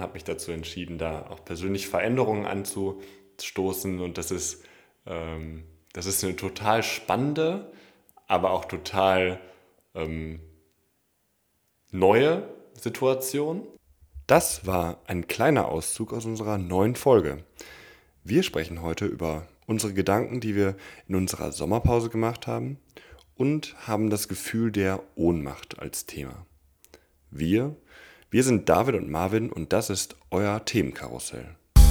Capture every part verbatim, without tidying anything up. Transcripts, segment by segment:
habe mich dazu entschieden, da auch persönlich Veränderungen anzustoßen. Und das ist, ähm, das ist eine total spannende, aber auch total ähm, neue Situation. Das war ein kleiner Auszug aus unserer neuen Folge. Wir sprechen heute über unsere Gedanken, die wir in unserer Sommerpause gemacht haben und haben das Gefühl der Ohnmacht als Thema. Wir, wir sind David und Marvin und das ist euer Themenkarussell.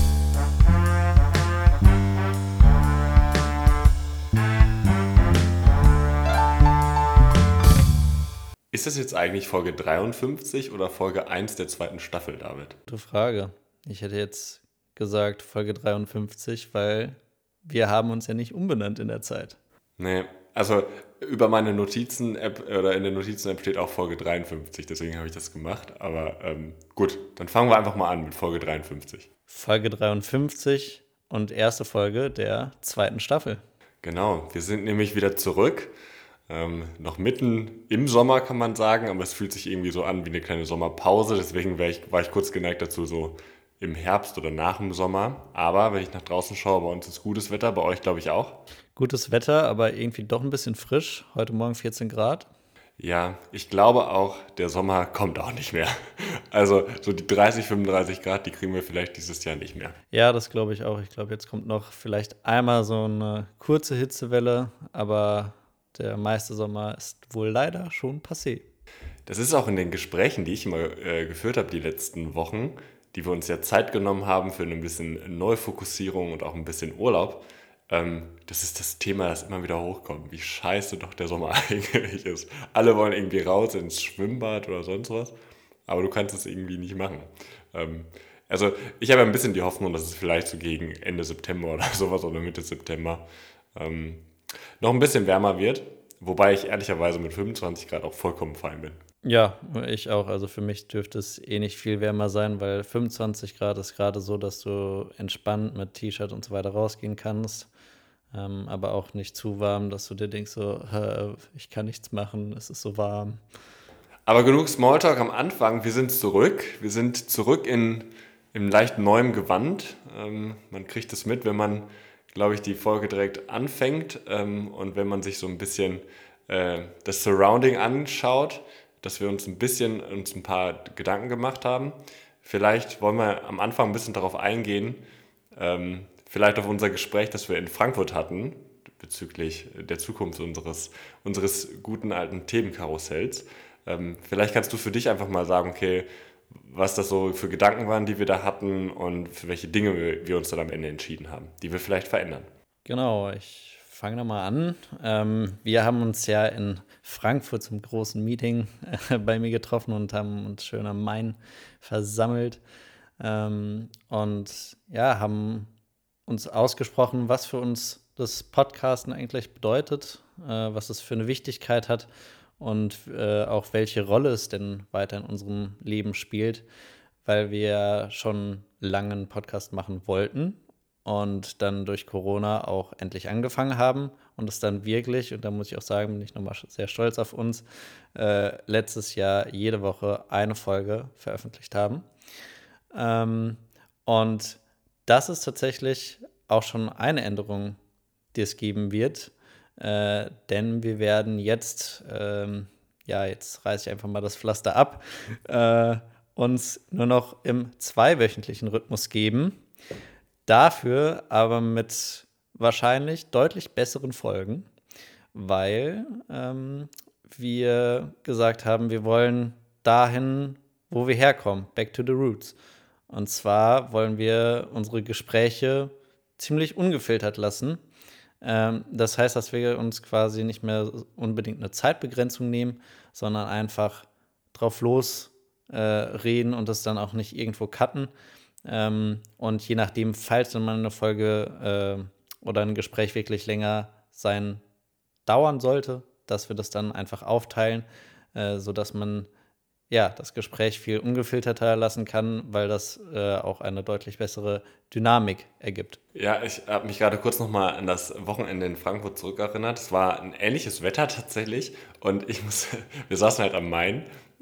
Ist das jetzt eigentlich Folge dreiundfünfzig oder Folge eins der zweiten Staffel, David? Gute Frage. Ich hätte jetzt gesagt Folge dreiundfünfzig, weil wir haben uns ja nicht umbenannt in der Zeit. Nee, also über meine Notizen-App oder in der Notizen-App steht auch Folge dreiundfünfzig, deswegen habe ich das gemacht. Aber ähm, gut, dann fangen wir einfach mal an mit Folge dreiundfünfzig. Folge dreiundfünfzig und erste Folge der zweiten Staffel. Genau, wir sind nämlich wieder zurück. Ähm, noch mitten im Sommer kann man sagen, aber es fühlt sich irgendwie so an wie eine kleine Sommerpause. Deswegen war ich, war ich kurz geneigt dazu, so im Herbst oder nach dem Sommer. Aber wenn ich nach draußen schaue, bei uns ist gutes Wetter, bei euch glaube ich auch. Gutes Wetter, aber irgendwie doch ein bisschen frisch. Heute Morgen vierzehn Grad. Ja, ich glaube auch, der Sommer kommt auch nicht mehr. Also so die dreißig, fünfunddreißig Grad, die kriegen wir vielleicht dieses Jahr nicht mehr. Ja, das glaube ich auch. Ich glaube, jetzt kommt noch vielleicht einmal so eine kurze Hitzewelle, aber der meiste Sommer ist wohl leider schon passé. Das ist auch in den Gesprächen, die ich immer äh, geführt habe die letzten Wochen, die wir uns ja Zeit genommen haben für ein bisschen Neufokussierung und auch ein bisschen Urlaub. Ähm, das ist das Thema, das immer wieder hochkommt, wie scheiße doch der Sommer eigentlich ist. Alle wollen irgendwie raus ins Schwimmbad oder sonst was, aber du kannst es irgendwie nicht machen. Ähm, also ich habe ein bisschen die Hoffnung, dass es vielleicht so gegen Ende September oder sowas oder Mitte September ähm, noch ein bisschen wärmer wird, wobei ich ehrlicherweise mit fünfundzwanzig Grad auch vollkommen fein bin. Ja, ich auch. Also für mich dürfte es eh nicht viel wärmer sein, weil fünfundzwanzig Grad ist gerade so, dass du entspannt mit T-Shirt und so weiter rausgehen kannst. Ähm, aber auch nicht zu warm, dass du dir denkst, so, äh, ich kann nichts machen, es ist so warm. Aber genug Smalltalk am Anfang, wir sind zurück. Wir sind zurück in, in leicht neuem Gewand. Ähm, man kriegt es mit, wenn man, glaube ich, die Folge direkt anfängt ähm, und wenn man sich so ein bisschen äh, das Surrounding anschaut, dass wir uns ein bisschen uns ein paar Gedanken gemacht haben. Vielleicht wollen wir am Anfang ein bisschen darauf eingehen, ähm, vielleicht auf unser Gespräch, das wir in Frankfurt hatten, bezüglich der Zukunft unseres, unseres guten alten Themenkarussells. Ähm, vielleicht kannst du für dich einfach mal sagen, okay, was das so für Gedanken waren, die wir da hatten und für welche Dinge wir, wir uns dann am Ende entschieden haben, die wir vielleicht verändern. Genau, ich fange nochmal an. Ähm, wir haben uns ja in Frankfurt zum großen Meeting äh, bei mir getroffen und haben uns schön am Main versammelt. Ähm, und ja, haben uns ausgesprochen, was für uns das Podcasten eigentlich bedeutet, äh, was es für eine Wichtigkeit hat und äh, auch welche Rolle es denn weiter in unserem Leben spielt, weil wir ja schon lange einen Podcast machen wollten und dann durch Corona auch endlich angefangen haben und es dann wirklich, und da muss ich auch sagen, bin ich nochmal sehr stolz auf uns, äh, letztes Jahr jede Woche eine Folge veröffentlicht haben. Ähm, und das ist tatsächlich auch schon eine Änderung, die es geben wird. Äh, denn wir werden jetzt, ähm, ja, jetzt reiße ich einfach mal das Pflaster ab, äh, uns nur noch im zweiwöchentlichen Rhythmus geben. Dafür aber mit wahrscheinlich deutlich besseren Folgen, weil ähm, wir gesagt haben, wir wollen dahin, wo wir herkommen, back to the roots. Und zwar wollen wir unsere Gespräche ziemlich ungefiltert lassen. Ähm, das heißt, dass wir uns quasi nicht mehr unbedingt eine Zeitbegrenzung nehmen, sondern einfach drauf los äh, reden und das dann auch nicht irgendwo cutten. Ähm, und je nachdem, falls dann mal eine Folge äh, oder ein Gespräch wirklich länger sein dauern sollte, dass wir das dann einfach aufteilen, äh, sodass man ja, das Gespräch viel ungefilterter lassen kann, weil das äh, auch eine deutlich bessere Dynamik ergibt. Ja, ich habe mich gerade kurz nochmal an das Wochenende in Frankfurt zurückerinnert. Es war ein ähnliches Wetter tatsächlich und ich muss, wir saßen halt am Main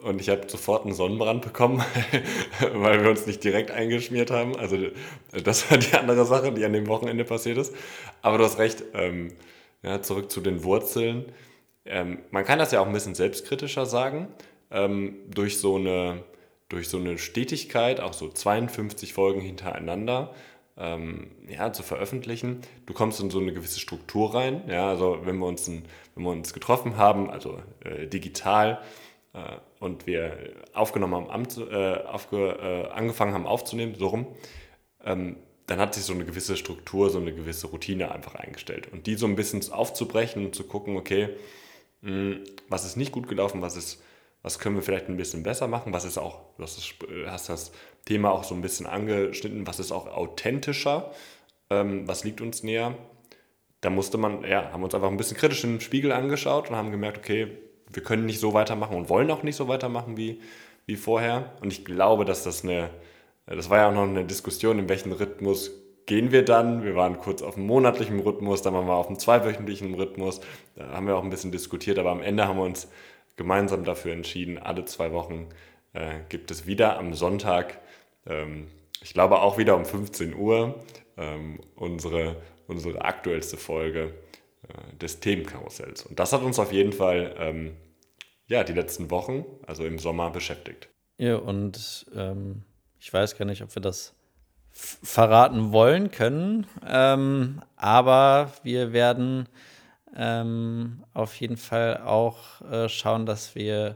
und ich habe sofort einen Sonnenbrand bekommen, weil wir uns nicht direkt eingeschmiert haben. Also das war die andere Sache, die an dem Wochenende passiert ist. Aber du hast recht, ähm, ja, zurück zu den Wurzeln. Ähm, man kann das ja auch ein bisschen selbstkritischer sagen, ähm, durch so eine, durch so eine Stetigkeit, auch so zweiundfünfzig Folgen hintereinander, ähm, ja, zu veröffentlichen. Du kommst in so eine gewisse Struktur rein. Ja, also wenn wir uns, ein, wenn wir uns getroffen haben, also äh, digital, äh, und wir aufgenommen haben, am, äh, aufge, äh, angefangen haben aufzunehmen, so rum, ähm, dann hat sich so eine gewisse Struktur, so eine gewisse Routine einfach eingestellt. Und die so ein bisschen aufzubrechen und zu gucken, okay, mh, was ist nicht gut gelaufen, was ist, was können wir vielleicht ein bisschen besser machen, was ist auch, du hast das, hast das Thema auch so ein bisschen angeschnitten, was ist auch authentischer, ähm, was liegt uns näher. Da musste man, ja, haben wir uns einfach ein bisschen kritisch in den Spiegel angeschaut und haben gemerkt, okay, wir können nicht so weitermachen und wollen auch nicht so weitermachen wie, wie vorher. Und ich glaube, dass das eine, das war ja auch noch eine Diskussion, in welchen Rhythmus gehen wir dann. Wir waren kurz auf einem monatlichen Rhythmus, dann waren wir auf einem zweiwöchentlichen Rhythmus. Da haben wir auch ein bisschen diskutiert, aber am Ende haben wir uns gemeinsam dafür entschieden, alle zwei Wochen äh, gibt es wieder am Sonntag, ähm, ich glaube auch wieder um fünfzehn Uhr, ähm, unsere, unsere aktuellste Folge äh, des Themenkarussells. Und das hat uns auf jeden Fall ähm, ja, die letzten Wochen, also im Sommer, beschäftigt. Ja, und ähm, ich weiß gar nicht, ob wir das f- verraten wollen können, ähm, aber wir werden ähm, auf jeden Fall auch äh, schauen, dass wir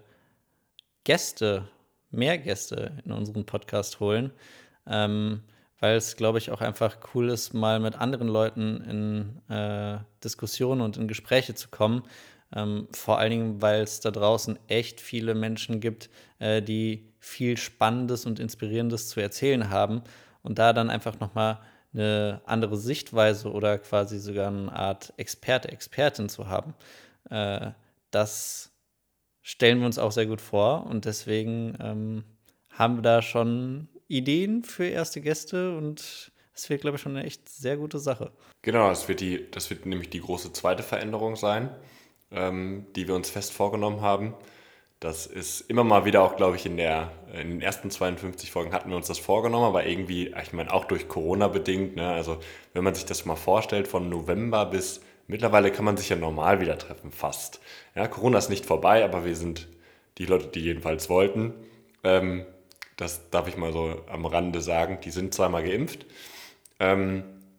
Gäste, mehr Gäste in unseren Podcast holen, ähm, weil es, glaube ich, auch einfach cool ist, mal mit anderen Leuten in äh, Diskussionen und in Gespräche zu kommen. Ähm, vor allen Dingen, weil es da draußen echt viele Menschen gibt, äh, die viel Spannendes und Inspirierendes zu erzählen haben und da dann einfach nochmal eine andere Sichtweise oder quasi sogar eine Art Experte, Expertin zu haben. Äh, das stellen wir uns auch sehr gut vor und deswegen ähm, haben wir da schon Ideen für erste Gäste und es wird, glaube ich, schon eine echt sehr gute Sache. Genau, das wird, die, das wird nämlich die große zweite Veränderung sein, ähm, die wir uns fest vorgenommen haben. Das ist immer mal wieder auch, glaube ich, in, der, in den ersten zweiundfünfzig Folgen hatten wir uns das vorgenommen, aber irgendwie, ich meine, auch durch Corona bedingt, ne? Also wenn man sich das mal vorstellt, von November bis mittlerweile kann man sich ja normal wieder treffen, fast. Ja, Corona ist nicht vorbei, aber wir sind die Leute, die jedenfalls wollten. Ähm, das darf ich mal so am Rande sagen, die sind zweimal geimpft. Ähm,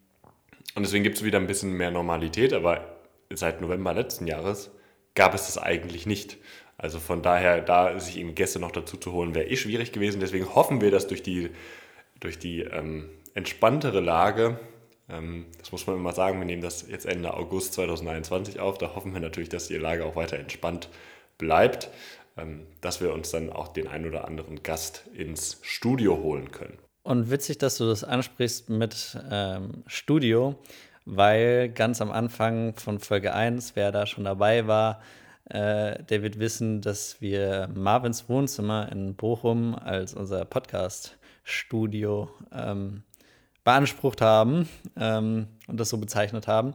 und deswegen gibt es wieder ein bisschen mehr Normalität, aber seit November letzten Jahres gab es das eigentlich nicht. Also von daher, da sich eben Gäste noch dazu zu holen, wäre eh schwierig gewesen. Deswegen hoffen wir, dass durch die, durch die ähm, entspanntere Lage, ähm, das muss man immer sagen, wir nehmen das jetzt Ende August zweitausendeinundzwanzig auf, da hoffen wir natürlich, dass die Lage auch weiter entspannt bleibt, ähm, dass wir uns dann auch den einen oder anderen Gast ins Studio holen können. Und witzig, dass du das ansprichst mit ähm, Studio, weil ganz am Anfang von Folge eins, wer da schon dabei war, äh, der wird wissen, dass wir Marvins Wohnzimmer in Bochum als unser Podcast-Studio ähm, beansprucht haben ähm, und das so bezeichnet haben.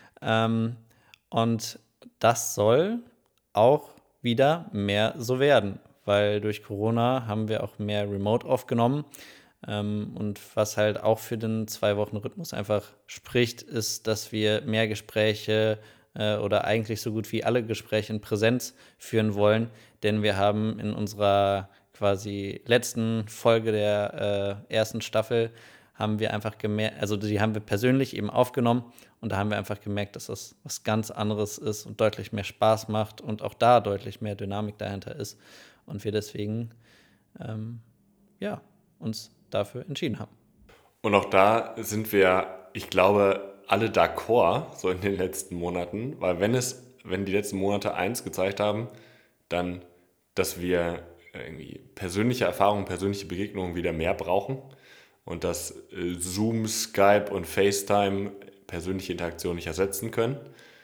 Ähm, und das soll auch wieder mehr so werden, weil durch Corona haben wir auch mehr Remote aufgenommen. Ähm, und was halt auch für den Zwei-Wochen-Rhythmus einfach spricht, ist, dass wir mehr Gespräche äh, oder eigentlich so gut wie alle Gespräche in Präsenz führen wollen. Denn wir haben in unserer quasi letzten Folge der äh, ersten Staffel haben wir einfach gemerkt, also die haben wir persönlich eben aufgenommen und da haben wir einfach gemerkt, dass das was ganz anderes ist und deutlich mehr Spaß macht und auch da deutlich mehr Dynamik dahinter ist und wir deswegen ähm, ja, uns dafür entschieden haben. Und auch da sind wir, ich glaube, alle d'accord, so in den letzten Monaten, weil wenn es, wenn die letzten Monate eins gezeigt haben, dann, dass wir irgendwie persönliche Erfahrungen, persönliche Begegnungen wieder mehr brauchen und dass äh, Zoom, Skype und FaceTime persönliche Interaktion nicht ersetzen können.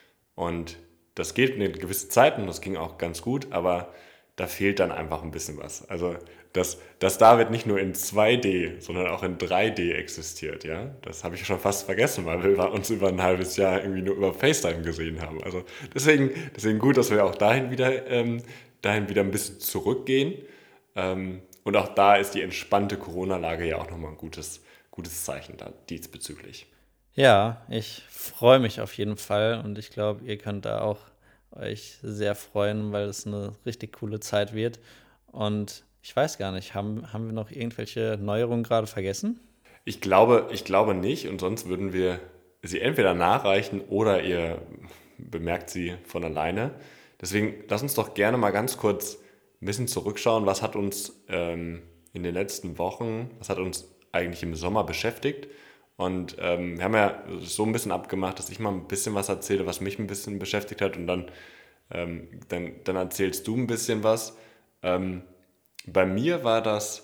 Und das geht eine gewisse Zeit und das ging auch ganz gut, aber da fehlt dann einfach ein bisschen was. Also, dass, dass David nicht nur in zwei D, sondern auch in drei D existiert, ja, das habe ich schon fast vergessen, weil wir uns über ein halbes Jahr irgendwie nur über FaceTime gesehen haben. Also deswegen, deswegen gut, dass wir auch dahin wieder ähm, dahin wieder ein bisschen zurückgehen. Ähm, und auch da ist die entspannte Corona-Lage ja auch nochmal ein gutes, gutes Zeichen da diesbezüglich. Ja, ich freue mich auf jeden Fall und ich glaube, ihr könnt da auch euch sehr freuen, weil es eine richtig coole Zeit wird. Und ich weiß gar nicht, haben, haben wir noch irgendwelche Neuerungen gerade vergessen? Ich glaube, ich glaube nicht und sonst würden wir sie entweder nachreichen oder ihr bemerkt sie von alleine. Deswegen lass uns doch gerne mal ganz kurz ein bisschen zurückschauen, was hat uns ähm, in den letzten Wochen, was hat uns eigentlich im Sommer beschäftigt. Und ähm, wir haben ja so ein bisschen abgemacht, dass ich mal ein bisschen was erzähle, was mich ein bisschen beschäftigt hat und dann, ähm, dann, dann erzählst du ein bisschen was. Ähm, bei mir war das,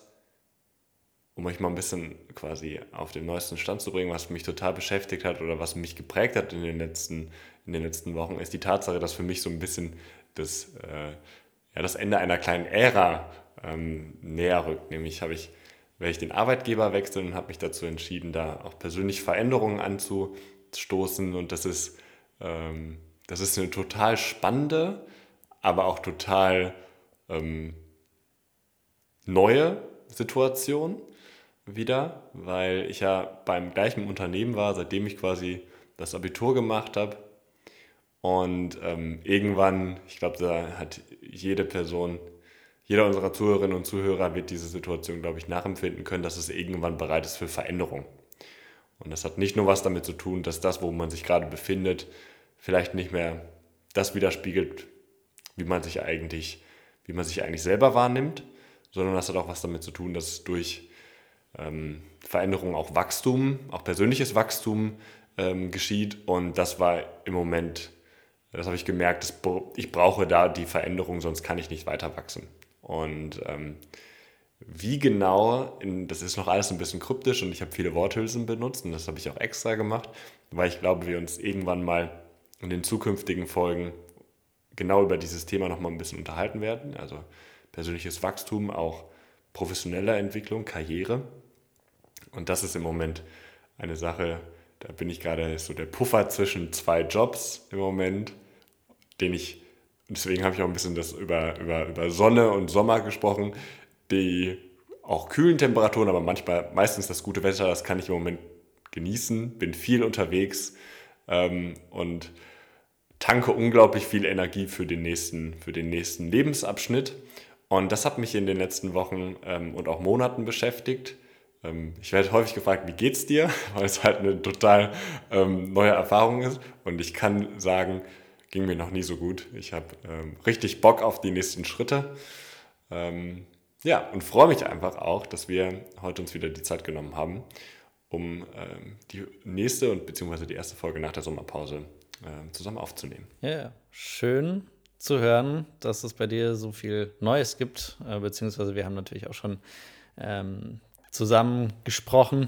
um euch mal ein bisschen quasi auf den neuesten Stand zu bringen, was mich total beschäftigt hat oder was mich geprägt hat in den letzten, in den letzten Wochen, ist die Tatsache, dass für mich so ein bisschen das, äh, ja, das Ende einer kleinen Ära ähm, näher rückt. Nämlich habe ich, werde ich den Arbeitgeber wechseln und habe mich dazu entschieden, da auch persönlich Veränderungen anzustoßen. Und das ist, ähm, das ist eine total spannende, aber auch total ähm, neue Situation wieder, weil ich ja beim gleichen Unternehmen war, seitdem ich quasi das Abitur gemacht habe. Und ähm, irgendwann, ich glaube, da hat jede Person, jeder unserer Zuhörerinnen und Zuhörer wird diese Situation, glaube ich, nachempfinden können, dass es irgendwann bereit ist für Veränderung. Und das hat nicht nur was damit zu tun, dass das, wo man sich gerade befindet, vielleicht nicht mehr das widerspiegelt, wie man sich eigentlich, wie man sich eigentlich selber wahrnimmt, sondern das hat auch was damit zu tun, dass durch ähm, Veränderung auch Wachstum, auch persönliches Wachstum ähm, geschieht. Und das war im Moment, das habe ich gemerkt, dass ich brauche da die Veränderung, sonst kann ich nicht weiter wachsen. Und ähm, wie genau, in, das ist noch alles ein bisschen kryptisch und ich habe viele Worthülsen benutzt und das habe ich auch extra gemacht, weil ich glaube, wir uns irgendwann mal in den zukünftigen Folgen genau über dieses Thema nochmal ein bisschen unterhalten werden. Also persönliches Wachstum, auch professionelle Entwicklung, Karriere. Und das ist im Moment eine Sache, da bin ich gerade so der Puffer zwischen zwei Jobs im Moment, den ich, deswegen habe ich auch ein bisschen das über, über, über Sonne und Sommer gesprochen, die auch kühlen Temperaturen, aber manchmal, meistens das gute Wetter, das kann ich im Moment genießen, bin viel unterwegs ähm, und tanke unglaublich viel Energie für den nächsten, für den nächsten Lebensabschnitt. Und das hat mich in den letzten Wochen ähm, und auch Monaten beschäftigt. Ähm, ich werde häufig gefragt, wie geht's dir? Weil es halt eine total ähm, neue Erfahrung ist. Und ich kann sagen, ging mir noch nie so gut. Ich habe ähm, richtig Bock auf die nächsten Schritte. Ähm, ja, und freue mich einfach auch, dass wir heute uns wieder die Zeit genommen haben, um ähm, die nächste und beziehungsweise die erste Folge nach der Sommerpause äh, zusammen aufzunehmen. Ja, schön zu hören, dass es bei dir so viel Neues gibt, äh, beziehungsweise wir haben natürlich auch schon ähm, zusammen gesprochen.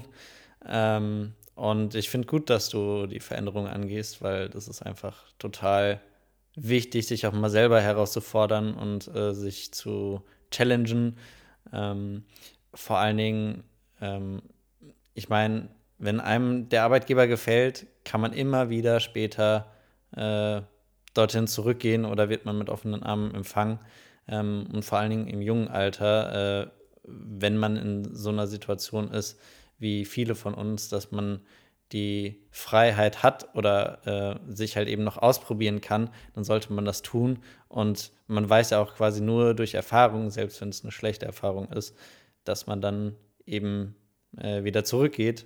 Ähm, und ich finde gut, dass du die Veränderung angehst, weil das ist einfach total wichtig, sich auch mal selber herauszufordern und äh, sich zu challengen. Ähm, vor allen Dingen, ähm, ich meine, wenn einem der Arbeitgeber gefällt, kann man immer wieder später äh, dorthin zurückgehen oder wird man mit offenen Armen empfangen. Ähm, und vor allen Dingen im jungen Alter, äh, wenn man in so einer Situation ist, wie viele von uns, dass man die Freiheit hat oder äh, sich halt eben noch ausprobieren kann, dann sollte man das tun. Und man weiß ja auch quasi nur durch Erfahrung, selbst wenn es eine schlechte Erfahrung ist, dass man dann eben äh, wieder zurückgeht.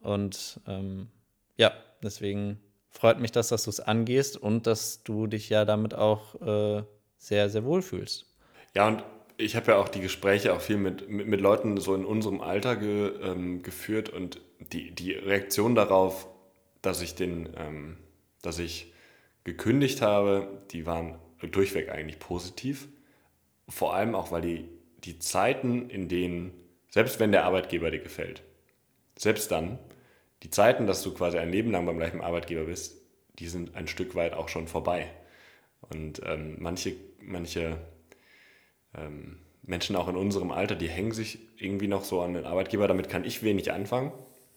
Und ähm, ja, deswegen freut mich das, dass du es angehst und dass du dich ja damit auch äh, sehr, sehr wohl fühlst. Ja, und ich habe ja auch die Gespräche auch viel mit, mit, mit Leuten so in unserem Alter ge, ähm, geführt und die, die Reaktion darauf, dass ich den, ähm, dass ich gekündigt habe, die waren durchweg eigentlich positiv. Vor allem auch, weil die, die Zeiten, in denen, selbst wenn der Arbeitgeber dir gefällt, selbst dann, die Zeiten, dass du quasi ein Leben lang beim gleichen Arbeitgeber bist, die sind ein Stück weit auch schon vorbei. Und ähm, manche, manche ähm, Menschen auch in unserem Alter, die hängen sich irgendwie noch so an den Arbeitgeber, damit kann ich wenig anfangen.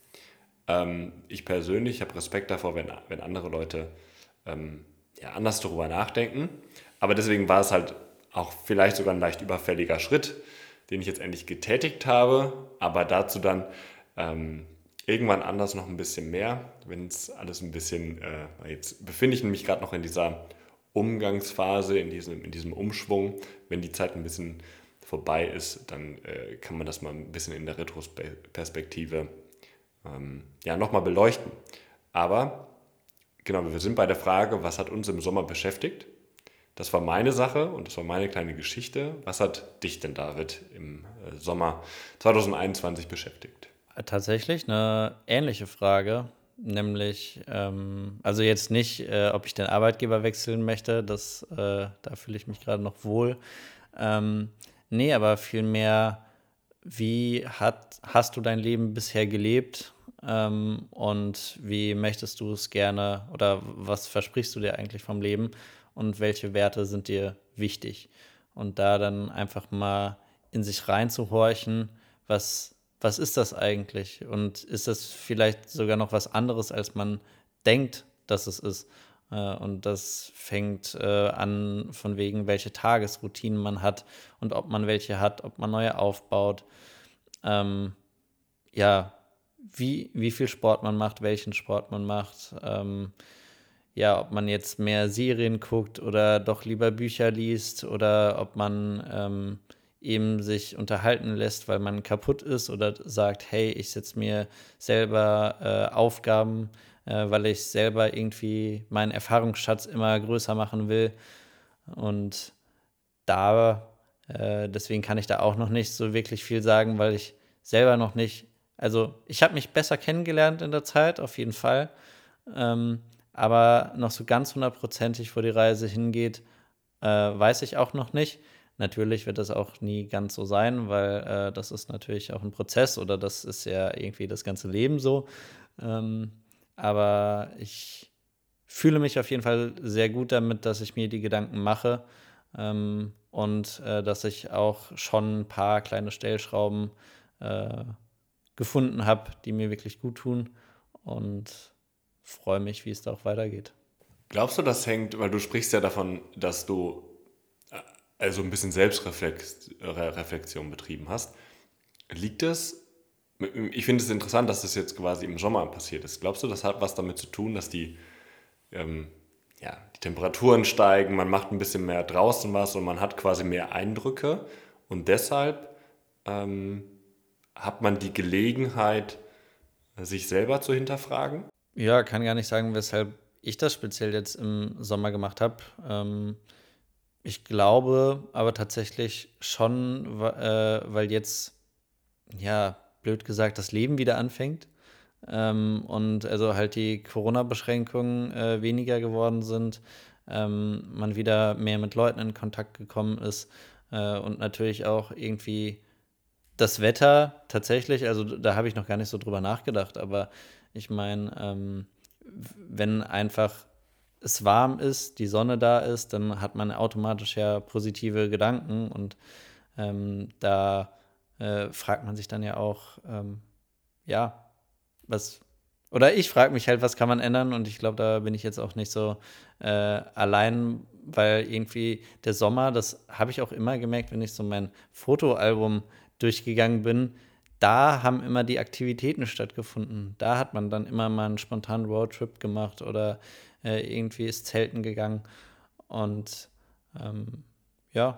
Ähm, ich persönlich habe Respekt davor, wenn, wenn andere Leute ähm, ja, anders darüber nachdenken. Aber deswegen war es halt auch vielleicht sogar ein leicht überfälliger Schritt, den ich jetzt endlich getätigt habe, aber dazu dann ähm, irgendwann anders noch ein bisschen mehr, wenn es alles ein bisschen, äh, jetzt befinde ich mich gerade noch in dieser Umgangsphase, in diesem, in diesem Umschwung. Wenn die Zeit ein bisschen vorbei ist, dann äh, kann man das mal ein bisschen in der Retroperspektive ähm, ja, nochmal beleuchten. Aber genau, wir sind bei der Frage, was hat uns im Sommer beschäftigt? Das war meine Sache und das war meine kleine Geschichte. Was hat dich denn, David, im äh, Sommer zwanzig einundzwanzig beschäftigt? Tatsächlich eine ähnliche Frage, nämlich, ähm, also jetzt nicht, äh, ob ich den Arbeitgeber wechseln möchte, das, äh, da fühle ich mich gerade noch wohl. Ähm, nee, aber vielmehr, wie hat, hast du dein Leben bisher gelebt, ähm, und wie möchtest du es gerne oder was versprichst du dir eigentlich vom Leben und welche Werte sind dir wichtig? Und da dann einfach mal in sich reinzuhorchen, was, was ist das eigentlich? Und ist das vielleicht sogar noch was anderes, als man denkt, dass es ist? Äh, Und das fängt äh, an, von wegen, welche Tagesroutinen man hat und ob man welche hat, ob man neue aufbaut. Ähm, ja, wie, wie viel Sport man macht, welchen Sport man macht. Ähm, ja, ob man jetzt mehr Serien guckt oder doch lieber Bücher liest oder ob man ähm, eben sich unterhalten lässt, weil man kaputt ist oder sagt, hey, ich setze mir selber äh, Aufgaben, äh, weil ich selber irgendwie meinen Erfahrungsschatz immer größer machen will. Und da, äh, deswegen kann ich da auch noch nicht so wirklich viel sagen, weil ich selber noch nicht, also ich habe mich besser kennengelernt in der Zeit, auf jeden Fall. Ähm, aber noch so ganz hundertprozentig, wo die Reise hingeht, äh, weiß ich auch noch nicht. Natürlich wird das auch nie ganz so sein, weil äh, das ist natürlich auch ein Prozess oder das ist ja irgendwie das ganze Leben so. Ähm, aber ich fühle mich auf jeden Fall sehr gut damit, dass ich mir die Gedanken mache, ähm, und äh, dass ich auch schon ein paar kleine Stellschrauben äh, gefunden habe, die mir wirklich gut tun und freue mich, wie es da auch weitergeht. Glaubst du, das hängt, weil du sprichst ja davon, dass du äh, also ein bisschen Selbstreflexion betrieben hast. Liegt es, ich finde es interessant, dass das jetzt quasi im Sommer passiert ist. Glaubst du, das hat was damit zu tun, dass die, ähm, ja, die Temperaturen steigen, man macht ein bisschen mehr draußen was und man hat quasi mehr Eindrücke und deshalb ähm, hat man die Gelegenheit, sich selber zu hinterfragen? Ja, kann gar nicht sagen, weshalb ich das speziell jetzt im Sommer gemacht habe. Ähm, ich glaube aber tatsächlich schon, wa- äh, weil jetzt, ja, blöd gesagt, das Leben wieder anfängt. Ähm, und also halt die Corona-Beschränkungen äh, weniger geworden sind, ähm, man wieder mehr mit Leuten in Kontakt gekommen ist äh, und natürlich auch irgendwie das Wetter tatsächlich, also da habe ich noch gar nicht so drüber nachgedacht, aber ich meine, ähm, wenn einfach es warm ist, die Sonne da ist, dann hat man automatisch ja positive Gedanken und ähm, da äh, fragt man sich dann ja auch, ähm, ja, was, oder ich frage mich halt, was kann man ändern und ich glaube, da bin ich jetzt auch nicht so äh, allein, weil irgendwie der Sommer, das habe ich auch immer gemerkt, wenn ich so mein Fotoalbum durchgegangen bin, da haben immer die Aktivitäten stattgefunden. Da hat man dann immer mal einen spontanen Roadtrip gemacht oder äh, irgendwie ist Zelten gegangen und ähm, ja,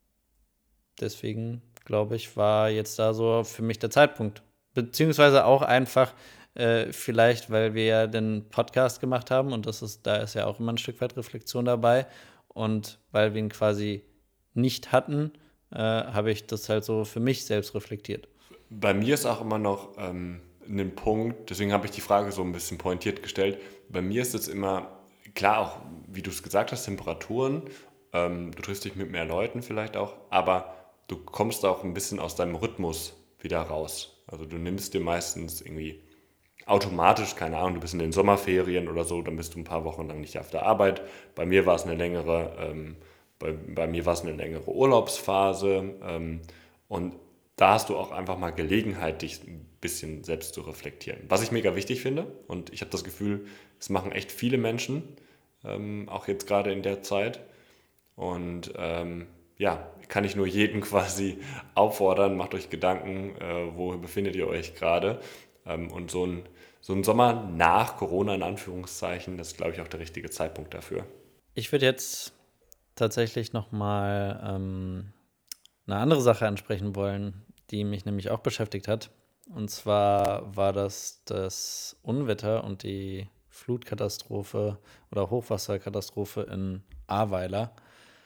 deswegen glaube ich, war jetzt da so für mich der Zeitpunkt. Beziehungsweise auch einfach äh, vielleicht, weil wir ja den Podcast gemacht haben und das ist, da ist ja auch immer ein Stück weit Reflexion dabei. Und weil wir ihn quasi nicht hatten, äh, habe ich das halt so für mich selbst reflektiert. Bei mir ist auch immer noch ähm, ein Punkt, deswegen habe ich die Frage so ein bisschen pointiert gestellt. Bei mir ist es immer, klar auch, wie du es gesagt hast, Temperaturen, ähm, du triffst dich mit mehr Leuten vielleicht auch, aber du kommst auch ein bisschen aus deinem Rhythmus wieder raus. Also du nimmst dir meistens irgendwie automatisch, keine Ahnung, du bist in den Sommerferien oder so, dann bist du ein paar Wochen lang nicht auf der Arbeit. Bei mir war es eine längere, ähm, bei, bei mir war es eine längere Urlaubsphase ähm, und da hast du auch einfach mal Gelegenheit, dich ein bisschen selbst zu reflektieren. Was ich mega wichtig finde und ich habe das Gefühl, es machen echt viele Menschen, ähm, auch jetzt gerade in der Zeit und ähm, ja, kann ich nur jeden quasi auffordern, macht euch Gedanken, äh, wo befindet ihr euch gerade. Ähm, und so ein, so ein Sommer nach Corona in Anführungszeichen, das ist, glaube ich, auch der richtige Zeitpunkt dafür. Ich würde jetzt tatsächlich noch mal ähm, eine andere Sache ansprechen wollen, die mich nämlich auch beschäftigt hat. Und zwar war das das Unwetter und die Flutkatastrophe oder Hochwasserkatastrophe in Ahrweiler.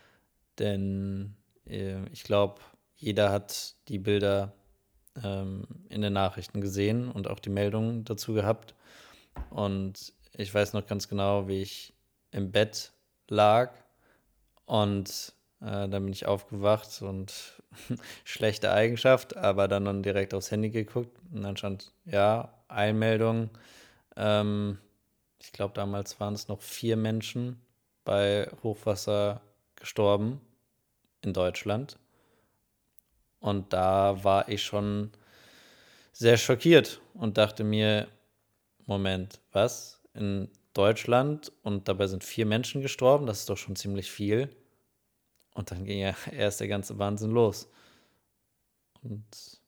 Denn äh, ich glaube, jeder hat die Bilder ähm, in den Nachrichten gesehen und auch die Meldungen dazu gehabt. Und ich weiß noch ganz genau, wie ich im Bett lag und äh, dann bin ich aufgewacht und schlechte Eigenschaft, aber dann, dann direkt aufs Handy geguckt und dann stand, ja, Eilmeldung. Ähm, ich glaube, damals waren es noch vier Menschen bei Hochwasser gestorben in Deutschland. Und da war ich schon sehr schockiert und dachte mir, Moment, was? In Deutschland und dabei sind vier Menschen gestorben, das ist doch schon ziemlich viel. Und dann ging ja erst der ganze Wahnsinn los. Und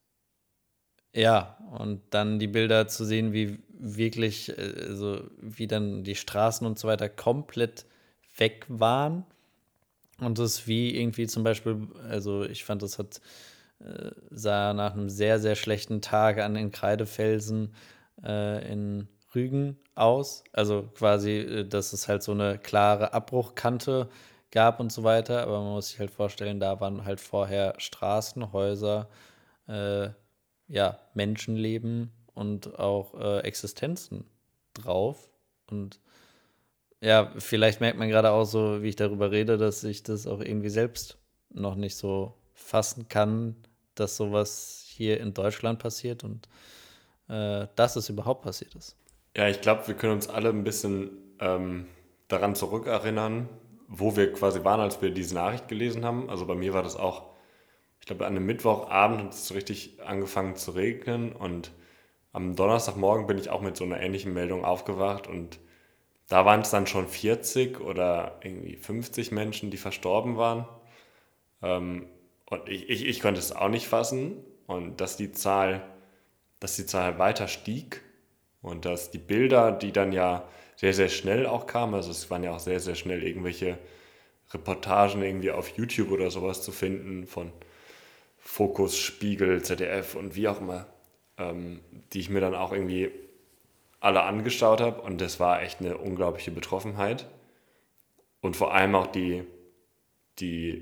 ja, und dann die Bilder zu sehen, wie wirklich, äh, also wie dann die Straßen und so weiter komplett weg waren. Und das wie irgendwie zum Beispiel, also ich fand, das hat, äh, sah nach einem sehr, sehr schlechten Tag an den Kreidefelsen äh, in Rügen aus. Also quasi, äh, dass es halt so eine klare Abbruchkante gab und so weiter. Aber man muss sich halt vorstellen, da waren halt vorher Straßen, Häuser, äh, ja, Menschenleben und auch äh, Existenzen drauf. Und ja, vielleicht merkt man gerade auch so, wie ich darüber rede, dass ich das auch irgendwie selbst noch nicht so fassen kann, dass sowas hier in Deutschland passiert und äh, dass es überhaupt passiert ist. Ja, ich glaube, wir können uns alle ein bisschen ähm, daran zurückerinnern, wo wir quasi waren, als wir diese Nachricht gelesen haben. Also bei mir war das auch, ich glaube, an einem Mittwochabend hat es so richtig angefangen zu regnen und am Donnerstagmorgen bin ich auch mit so einer ähnlichen Meldung aufgewacht und da waren es dann schon vierzig oder irgendwie fünfzig Menschen, die verstorben waren. Ähm, und ich, ich, ich konnte es auch nicht fassen und dass die Zahl, dass die Zahl weiter stieg und dass die Bilder, die dann ja sehr, sehr schnell auch kamen, also es waren ja auch sehr, sehr schnell irgendwelche Reportagen irgendwie auf YouTube oder sowas zu finden von Fokus, Spiegel, Z D F und wie auch immer, ähm, die ich mir dann auch irgendwie alle angeschaut habe und das war echt eine unglaubliche Betroffenheit und vor allem auch die, die,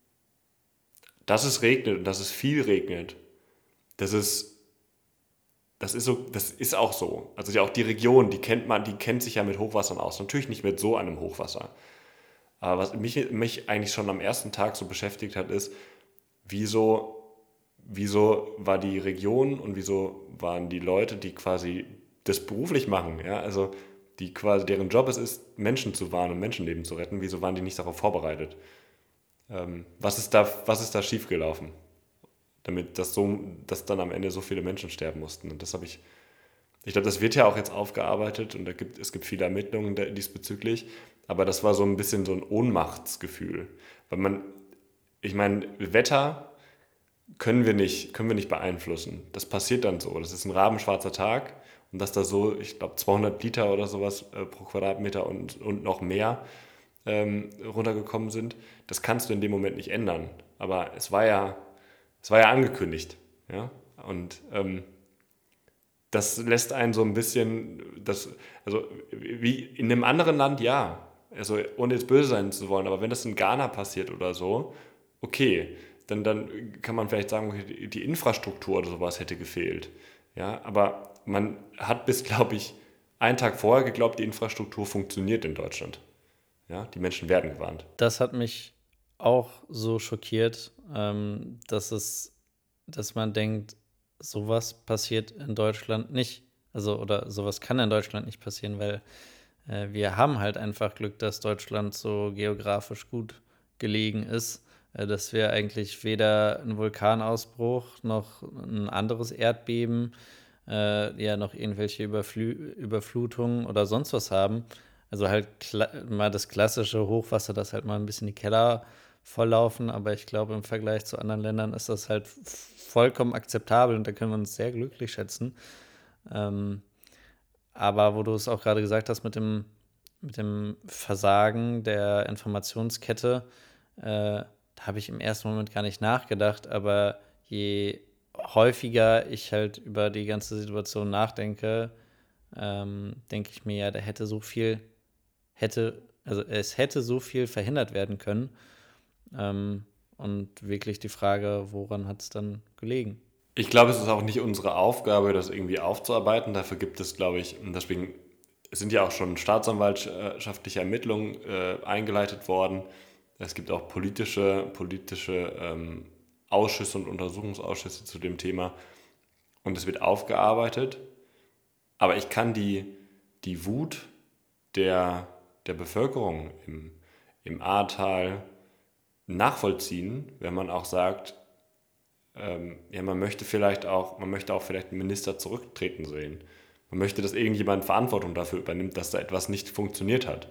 dass es regnet und dass es viel regnet, das ist, das ist so, das ist auch so. Also ja auch die Region, die kennt man, die kennt sich ja mit Hochwassern aus. Natürlich nicht mit so einem Hochwasser. Aber was mich, mich eigentlich schon am ersten Tag so beschäftigt hat, ist, wieso, wieso war die Region und wieso waren die Leute, die quasi das beruflich machen, ja, also die quasi, deren Job es ist, Menschen zu warnen und Menschenleben zu retten, wieso waren die nicht darauf vorbereitet? Ähm, was ist da, was ist da schiefgelaufen, damit das so, dass dann am Ende so viele Menschen sterben mussten? Und das habe ich, ich glaube, das wird ja auch jetzt aufgearbeitet und da gibt, es gibt viele Ermittlungen diesbezüglich, aber das war so ein bisschen so ein Ohnmachtsgefühl, weil man, ich meine, Wetter können wir nicht, können wir nicht beeinflussen. Das passiert dann so. Das ist ein rabenschwarzer Tag und dass da so, ich glaube, zweihundert Liter oder sowas äh, pro Quadratmeter und, und noch mehr ähm, runtergekommen sind, das kannst du in dem Moment nicht ändern. Aber es war ja, es war ja angekündigt. Ja? Und ähm, das lässt einen so ein bisschen, das, also wie in einem anderen Land, ja. Also ohne jetzt böse sein zu wollen, aber wenn das in Ghana passiert oder so, okay, dann, dann kann man vielleicht sagen, okay, die Infrastruktur oder sowas hätte gefehlt. Ja, aber man hat bis, glaube ich, einen Tag vorher geglaubt, die Infrastruktur funktioniert in Deutschland. Ja, die Menschen werden gewarnt. Das hat mich auch so schockiert, ähm, dass es, dass man denkt, sowas passiert in Deutschland nicht. Also, oder sowas kann in Deutschland nicht passieren, weil äh, wir haben halt einfach Glück, dass Deutschland so geografisch gut gelegen ist, äh, dass wir eigentlich weder einen Vulkanausbruch noch ein anderes Erdbeben, äh, ja, noch irgendwelche Überflü Überflutungen oder sonst was haben. Also halt kla- mal das klassische Hochwasser, das halt mal ein bisschen die Keller volllaufen, aber ich glaube, im Vergleich zu anderen Ländern ist das halt vollkommen akzeptabel und da können wir uns sehr glücklich schätzen. Ähm, aber wo du es auch gerade gesagt hast mit dem, mit dem Versagen der Informationskette, äh, da habe ich im ersten Moment gar nicht nachgedacht, aber je häufiger ich halt über die ganze Situation nachdenke, ähm, denke ich mir ja, da hätte so viel, hätte, also es hätte so viel verhindert werden können. Ähm, und wirklich die Frage, woran hat es dann gelegen? Ich glaube, es ist auch nicht unsere Aufgabe, das irgendwie aufzuarbeiten. Dafür gibt es, glaube ich, und deswegen sind ja auch schon staatsanwaltschaftliche Ermittlungen äh, eingeleitet worden. Es gibt auch politische, politische ähm, Ausschüsse und Untersuchungsausschüsse zu dem Thema. Und es wird aufgearbeitet. Aber ich kann die, die Wut der, der Bevölkerung im, im Ahrtal nachvollziehen, wenn man auch sagt, ähm, ja, man möchte vielleicht auch, man möchte auch vielleicht einen Minister zurücktreten sehen. Man möchte, dass irgendjemand Verantwortung dafür übernimmt, dass da etwas nicht funktioniert hat.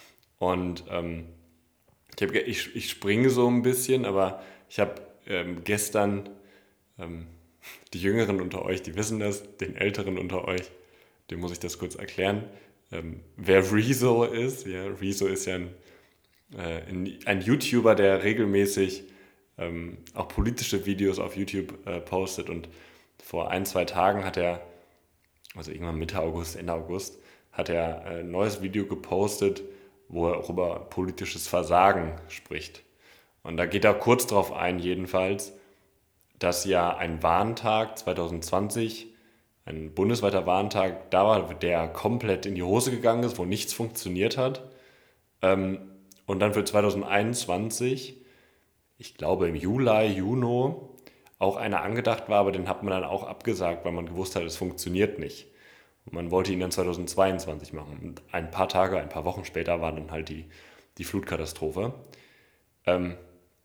Und ähm, ich, hab, ich, ich springe so ein bisschen, aber ich habe ähm, gestern, ähm, die Jüngeren unter euch, die wissen das, den Älteren unter euch, dem muss ich das kurz erklären, ähm, wer Rezo ist. Ja, Rezo ist ja ein, äh, ein, ein YouTuber, der regelmäßig ähm, auch politische Videos auf YouTube äh, postet, und vor ein, zwei Tagen hat er, also irgendwann Mitte August, Ende August, hat er ein neues Video gepostet, wo er auch über politisches Versagen spricht. Und da geht er kurz darauf ein, jedenfalls, dass ja ein Warntag zwanzig zwanzig, ein bundesweiter Warntag, da war, der komplett in die Hose gegangen ist, wo nichts funktioniert hat. Ähm, und dann für zwanzig einundzwanzig, ich glaube im Juli, Juni, auch einer angedacht war, aber den hat man dann auch abgesagt, weil man gewusst hat, es funktioniert nicht. Und man wollte ihn dann zwanzig zweiundzwanzig machen. Und ein paar Tage, ein paar Wochen später war dann halt die, die Flutkatastrophe. Ähm,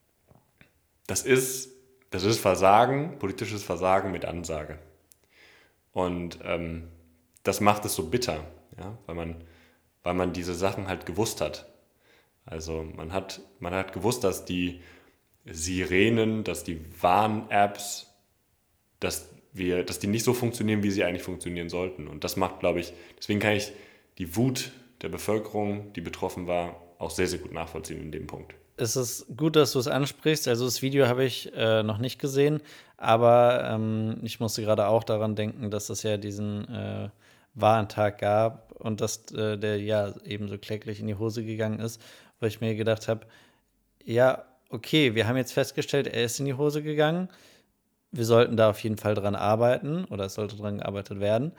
das ist, das ist Versagen, politisches Versagen mit Ansage. Und ähm, das macht es so bitter, ja, weil man, weil man diese Sachen halt gewusst hat. Also man hat, man hat gewusst, dass die Sirenen, dass die Warn-Apps, dass wir, dass die nicht so funktionieren, wie sie eigentlich funktionieren sollten. Und das macht, glaube ich, deswegen kann ich die Wut der Bevölkerung, die betroffen war, auch sehr, sehr gut nachvollziehen in dem Punkt. Es ist gut, dass du es ansprichst. Also das Video habe ich äh, noch nicht gesehen, aber ähm, ich musste gerade auch daran denken, dass es ja diesen äh, Warntag gab und dass äh, der ja eben so kläglich in die Hose gegangen ist, wo ich mir gedacht habe, ja, okay, wir haben jetzt festgestellt, er ist in die Hose gegangen. Wir sollten da auf jeden Fall dran arbeiten oder es sollte dran gearbeitet werden.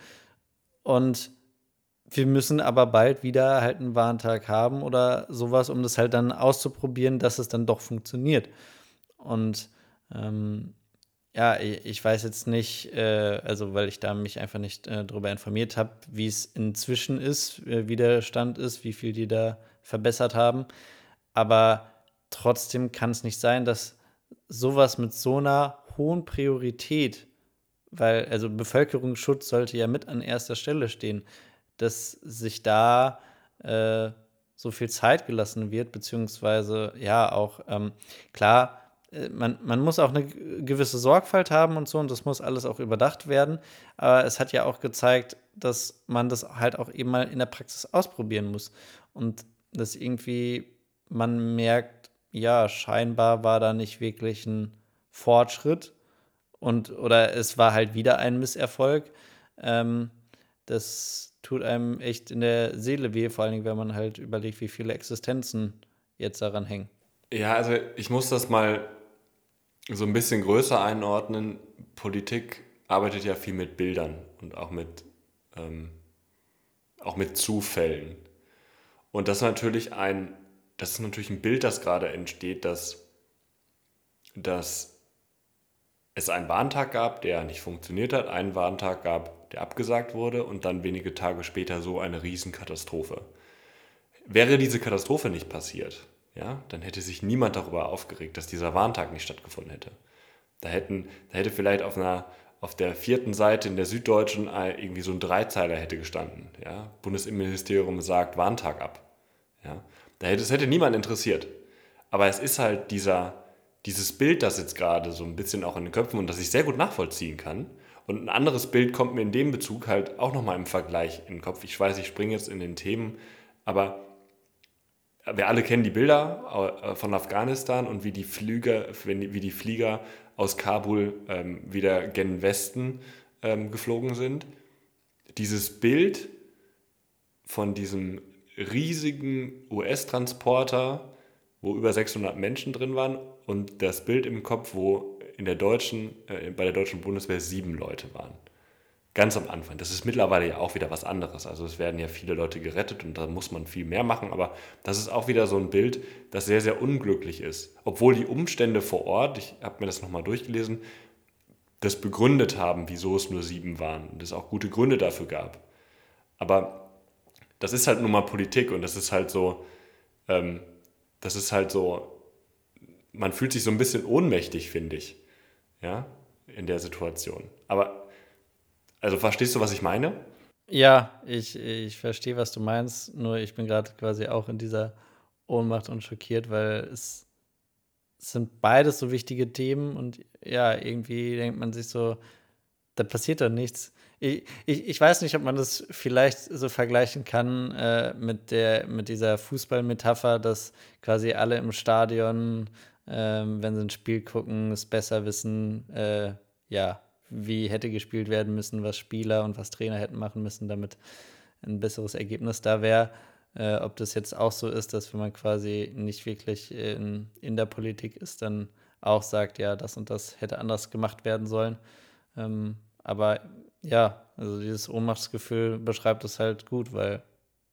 Und wir müssen aber bald wieder halt einen Warntag haben oder sowas, um das halt dann auszuprobieren, dass es dann doch funktioniert. Und ähm, ja, ich, ich weiß jetzt nicht, äh, also weil ich da mich einfach nicht äh, darüber informiert habe, wie es inzwischen ist, äh, wie der Stand ist, wie viel die da verbessert haben. Aber trotzdem kann es nicht sein, dass sowas mit so einer hohen Priorität, weil also Bevölkerungsschutz sollte ja mit an erster Stelle stehen, dass sich da äh, so viel Zeit gelassen wird, beziehungsweise ja auch, ähm, klar, äh, man, man muss auch eine gewisse Sorgfalt haben und so und das muss alles auch überdacht werden, aber es hat ja auch gezeigt, dass man das halt auch eben mal in der Praxis ausprobieren muss und dass irgendwie man merkt, ja, scheinbar war da nicht wirklich ein Fortschritt und oder es war halt wieder ein Misserfolg. Ähm, das tut einem echt in der Seele weh, vor allen Dingen, wenn man halt überlegt, wie viele Existenzen jetzt daran hängen. Ja, also ich muss das mal so ein bisschen größer einordnen. Politik arbeitet ja viel mit Bildern und auch mit, ähm, auch mit Zufällen. Und das ist natürlich ein, das ist natürlich ein Bild, das gerade entsteht, dass, dass es einen Warntag gab, der nicht funktioniert hat, einen Warntag gab, der abgesagt wurde, und dann wenige Tage später so eine Riesenkatastrophe. Wäre diese Katastrophe nicht passiert, ja, dann hätte sich niemand darüber aufgeregt, dass dieser Warntag nicht stattgefunden hätte. Da, hätten, da hätte vielleicht auf, einer, auf der vierten Seite in der Süddeutschen irgendwie so ein Dreizeiler hätte gestanden. Ja? Bundesinnenministerium sagt Warntag ab. Ja? Da hätte, es hätte niemand interessiert. Aber es ist halt dieser, dieses Bild, das jetzt gerade so ein bisschen auch in den Köpfen und das ich sehr gut nachvollziehen kann. Und ein anderes Bild kommt mir in dem Bezug halt auch nochmal im Vergleich in den Kopf. Ich weiß, ich springe jetzt in den Themen, aber wir alle kennen die Bilder äh, von Afghanistan und wie die Flüger, wie die Flieger aus Kabul ähm, wieder gen Westen ähm, geflogen sind. Dieses Bild von diesem riesigen U S-Transporter, wo über sechshundert Menschen drin waren, und das Bild im Kopf, wo in der deutschen, äh, bei der deutschen Bundeswehr sieben Leute waren. Ganz am Anfang. Das ist mittlerweile ja auch wieder was anderes. Also es werden ja viele Leute gerettet und da muss man viel mehr machen, aber das ist auch wieder so ein Bild, das sehr, sehr unglücklich ist. Obwohl die Umstände vor Ort, ich habe mir das nochmal durchgelesen, das begründet haben, wieso es nur sieben waren und es auch gute Gründe dafür gab. Aber das ist halt nun mal Politik und das ist halt so, ähm, das ist halt so, man fühlt sich so ein bisschen ohnmächtig, finde ich, ja, in der Situation. Aber, also verstehst du, was ich meine? Ja, ich, ich verstehe, was du meinst, nur ich bin gerade quasi auch in dieser Ohnmacht und schockiert, weil es, es sind beides so wichtige Themen und ja, irgendwie denkt man sich so, da passiert doch nichts. Ich, ich, ich weiß nicht, ob man das vielleicht so vergleichen kann äh, mit der, mit dieser Fußballmetapher, dass quasi alle im Stadion, ähm, wenn sie ein Spiel gucken, es besser wissen, äh, ja, wie hätte gespielt werden müssen, was Spieler und was Trainer hätten machen müssen, damit ein besseres Ergebnis da wäre. Äh, ob das jetzt auch so ist, dass wenn man quasi nicht wirklich in, in der Politik ist, dann auch sagt, ja, das und das hätte anders gemacht werden sollen. Ähm, aber ja, also dieses Ohnmachtsgefühl beschreibt es halt gut, weil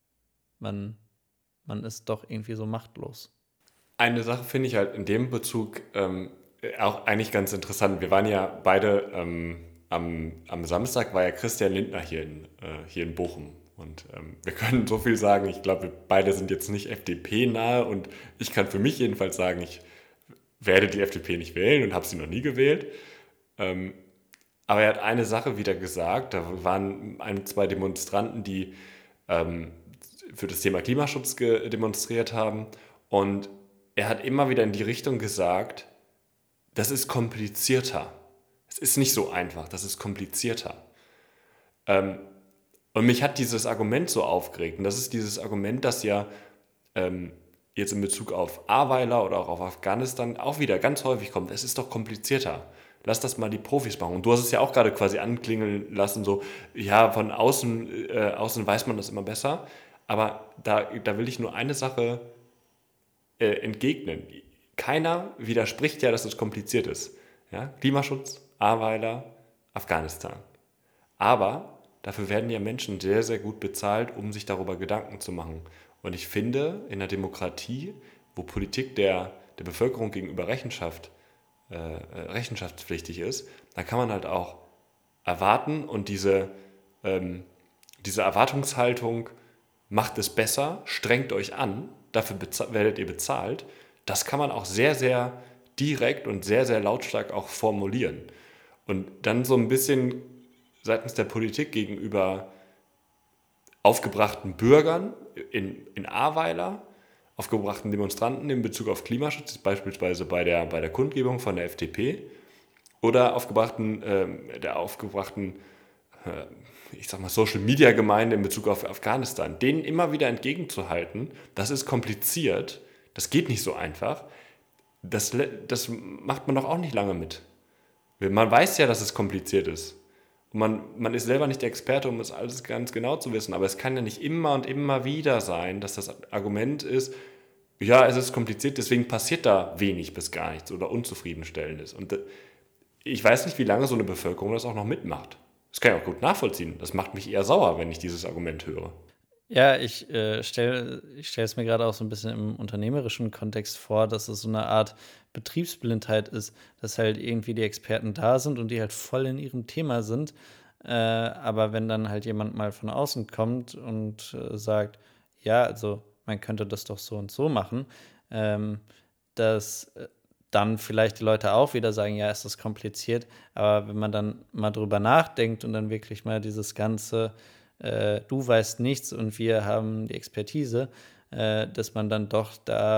man, man ist doch irgendwie so machtlos. Eine Sache finde ich halt in dem Bezug ähm, auch eigentlich ganz interessant. Wir waren ja beide, ähm, am, am Samstag war ja Christian Lindner hier in, äh, hier in Bochum. Und ähm, wir können so viel sagen, ich glaube, wir beide sind jetzt nicht F D P-nahe und ich kann für mich jedenfalls sagen, ich werde die F D P nicht wählen und habe sie noch nie gewählt. Ähm, aber er hat eine Sache wieder gesagt, da waren ein, zwei Demonstranten, die ähm, für das Thema Klimaschutz demonstriert haben und er hat immer wieder in die Richtung gesagt, das ist komplizierter. Es ist nicht so einfach, das ist komplizierter. Ähm, und mich hat dieses Argument so aufgeregt. Und das ist dieses Argument, das ja ähm, jetzt in Bezug auf Aweiler oder auch auf Afghanistan auch wieder ganz häufig kommt. Es ist doch komplizierter. Lass das mal die Profis machen. Und du hast es ja auch gerade quasi anklingeln lassen, so, ja, von außen, äh, außen weiß man das immer besser. Aber da, da will ich nur eine Sache äh, entgegnen. Keiner widerspricht ja, dass es kompliziert ist. Ja? Klimaschutz, Aweiler, Afghanistan. Aber dafür werden ja Menschen sehr, sehr gut bezahlt, um sich darüber Gedanken zu machen. Und ich finde, in einer Demokratie, wo Politik der, der Bevölkerung gegenüber Rechenschaft, äh, rechenschaftspflichtig ist, da kann man halt auch erwarten und diese, ähm, diese Erwartungshaltung, macht es besser, strengt euch an, dafür werdet ihr bezahlt, das kann man auch sehr, sehr direkt und sehr, sehr lautstark auch formulieren. Und dann so ein bisschen seitens der Politik gegenüber aufgebrachten Bürgern in, in Ahrweiler, aufgebrachten Demonstranten in Bezug auf Klimaschutz, beispielsweise bei der, bei der Kundgebung von der F D P, oder aufgebrachten, äh, der aufgebrachten, äh, ich sag mal, Social-Media-Gemeinde in Bezug auf Afghanistan, denen immer wieder entgegenzuhalten, das ist kompliziert, das geht nicht so einfach, das, das macht man doch auch nicht lange mit. Man weiß ja, dass es kompliziert ist. Und man, man ist selber nicht der Experte, um das alles ganz genau zu wissen. Aber es kann ja nicht immer und immer wieder sein, dass das Argument ist, ja, es ist kompliziert, deswegen passiert da wenig bis gar nichts oder Unzufriedenstellendes. Und ich weiß nicht, wie lange so eine Bevölkerung das auch noch mitmacht. Das kann ich auch gut nachvollziehen. Das macht mich eher sauer, wenn ich dieses Argument höre. Ja, ich äh, stelle ich stelle es mir gerade auch so ein bisschen im unternehmerischen Kontext vor, dass es so eine Art Betriebsblindheit ist, dass halt irgendwie die Experten da sind und die halt voll in ihrem Thema sind. Äh, aber wenn dann halt jemand mal von außen kommt und äh, sagt, ja, also man könnte das doch so und so machen, ähm, dass äh, dann vielleicht die Leute auch wieder sagen, ja, es ist kompliziert. Aber wenn man dann mal drüber nachdenkt und dann wirklich mal dieses ganze äh, du weißt nichts und wir haben die Expertise, äh, dass man dann doch da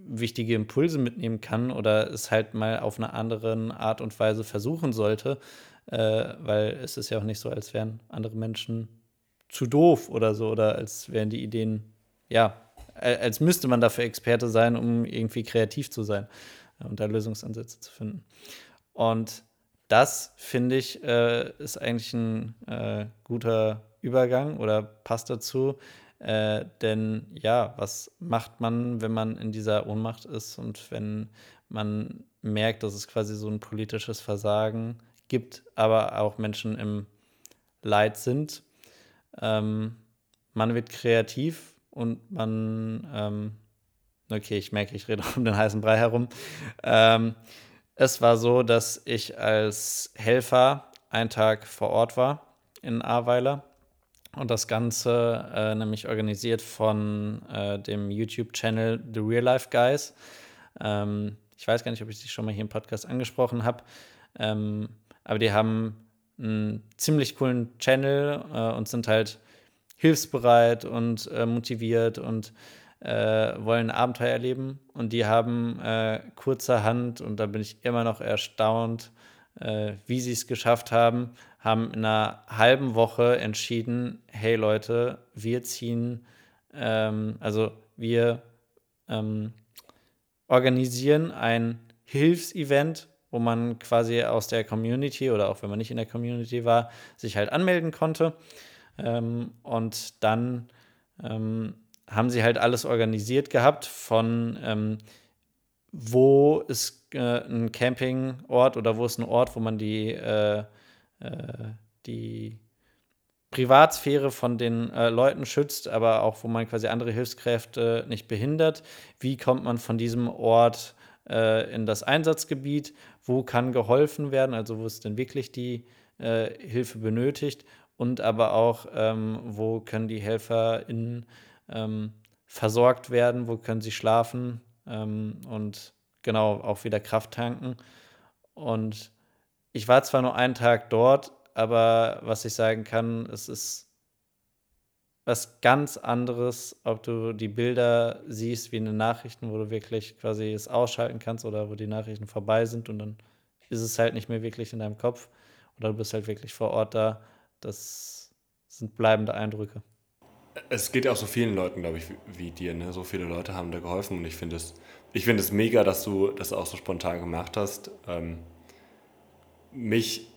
wichtige Impulse mitnehmen kann oder es halt mal auf eine andere Art und Weise versuchen sollte, äh, weil es ist ja auch nicht so, als wären andere Menschen zu doof oder so oder als wären die Ideen, ja, als müsste man dafür Experte sein, um irgendwie kreativ zu sein und da Lösungsansätze zu finden. Und das, finde ich, äh, ist eigentlich ein äh, guter Übergang oder passt dazu. Äh, denn ja, was macht man, wenn man in dieser Ohnmacht ist und wenn man merkt, dass es quasi so ein politisches Versagen gibt, aber auch Menschen im Leid sind? Ähm, Man wird kreativ und man, ähm, okay, ich merke, ich rede um den heißen Brei herum. Ähm, es war so, dass ich als Helfer einen Tag vor Ort war in Ahrweiler und das Ganze äh, nämlich organisiert von äh, dem YouTube-Channel The Real Life Guys. Ähm, ich weiß gar nicht, ob ich die schon mal hier im Podcast angesprochen habe, ähm, aber die haben einen ziemlich coolen Channel äh, und sind halt hilfsbereit und äh, motiviert und äh, wollen Abenteuer erleben. Und die haben äh, kurzerhand, und da bin ich immer noch erstaunt, äh, wie sie es geschafft haben, haben in einer halben Woche entschieden, hey Leute, wir ziehen, ähm, also wir ähm, organisieren ein Hilfsevent, wo man quasi aus der Community oder auch wenn man nicht in der Community war, sich halt anmelden konnte. Ähm, und dann ähm, haben sie halt alles organisiert gehabt von ähm, wo ist äh, ein Campingort oder wo ist ein Ort, wo man die, äh, äh, die Privatsphäre von den äh, Leuten schützt, aber auch wo man quasi andere Hilfskräfte nicht behindert. Wie kommt man von diesem Ort äh, in das Einsatzgebiet? Wo kann geholfen werden? Also wo ist denn wirklich die äh, Hilfe benötigt? Und aber auch, ähm, wo können die HelferInnen ähm, versorgt werden? Wo können sie schlafen? Ähm, und genau, auch wieder Kraft tanken. Und ich war zwar nur einen Tag dort, aber was ich sagen kann, es ist was ganz anderes, ob du die Bilder siehst wie in den Nachrichten, wo du wirklich quasi es ausschalten kannst oder wo die Nachrichten vorbei sind und dann ist es halt nicht mehr wirklich in deinem Kopf oder du bist halt wirklich vor Ort da. Das sind bleibende Eindrücke. Es geht ja auch so vielen Leuten, glaube ich, wie, wie dir. Ne? So viele Leute haben da geholfen und ich finde es, ich finde es mega, dass du das auch so spontan gemacht hast. Ähm, mich,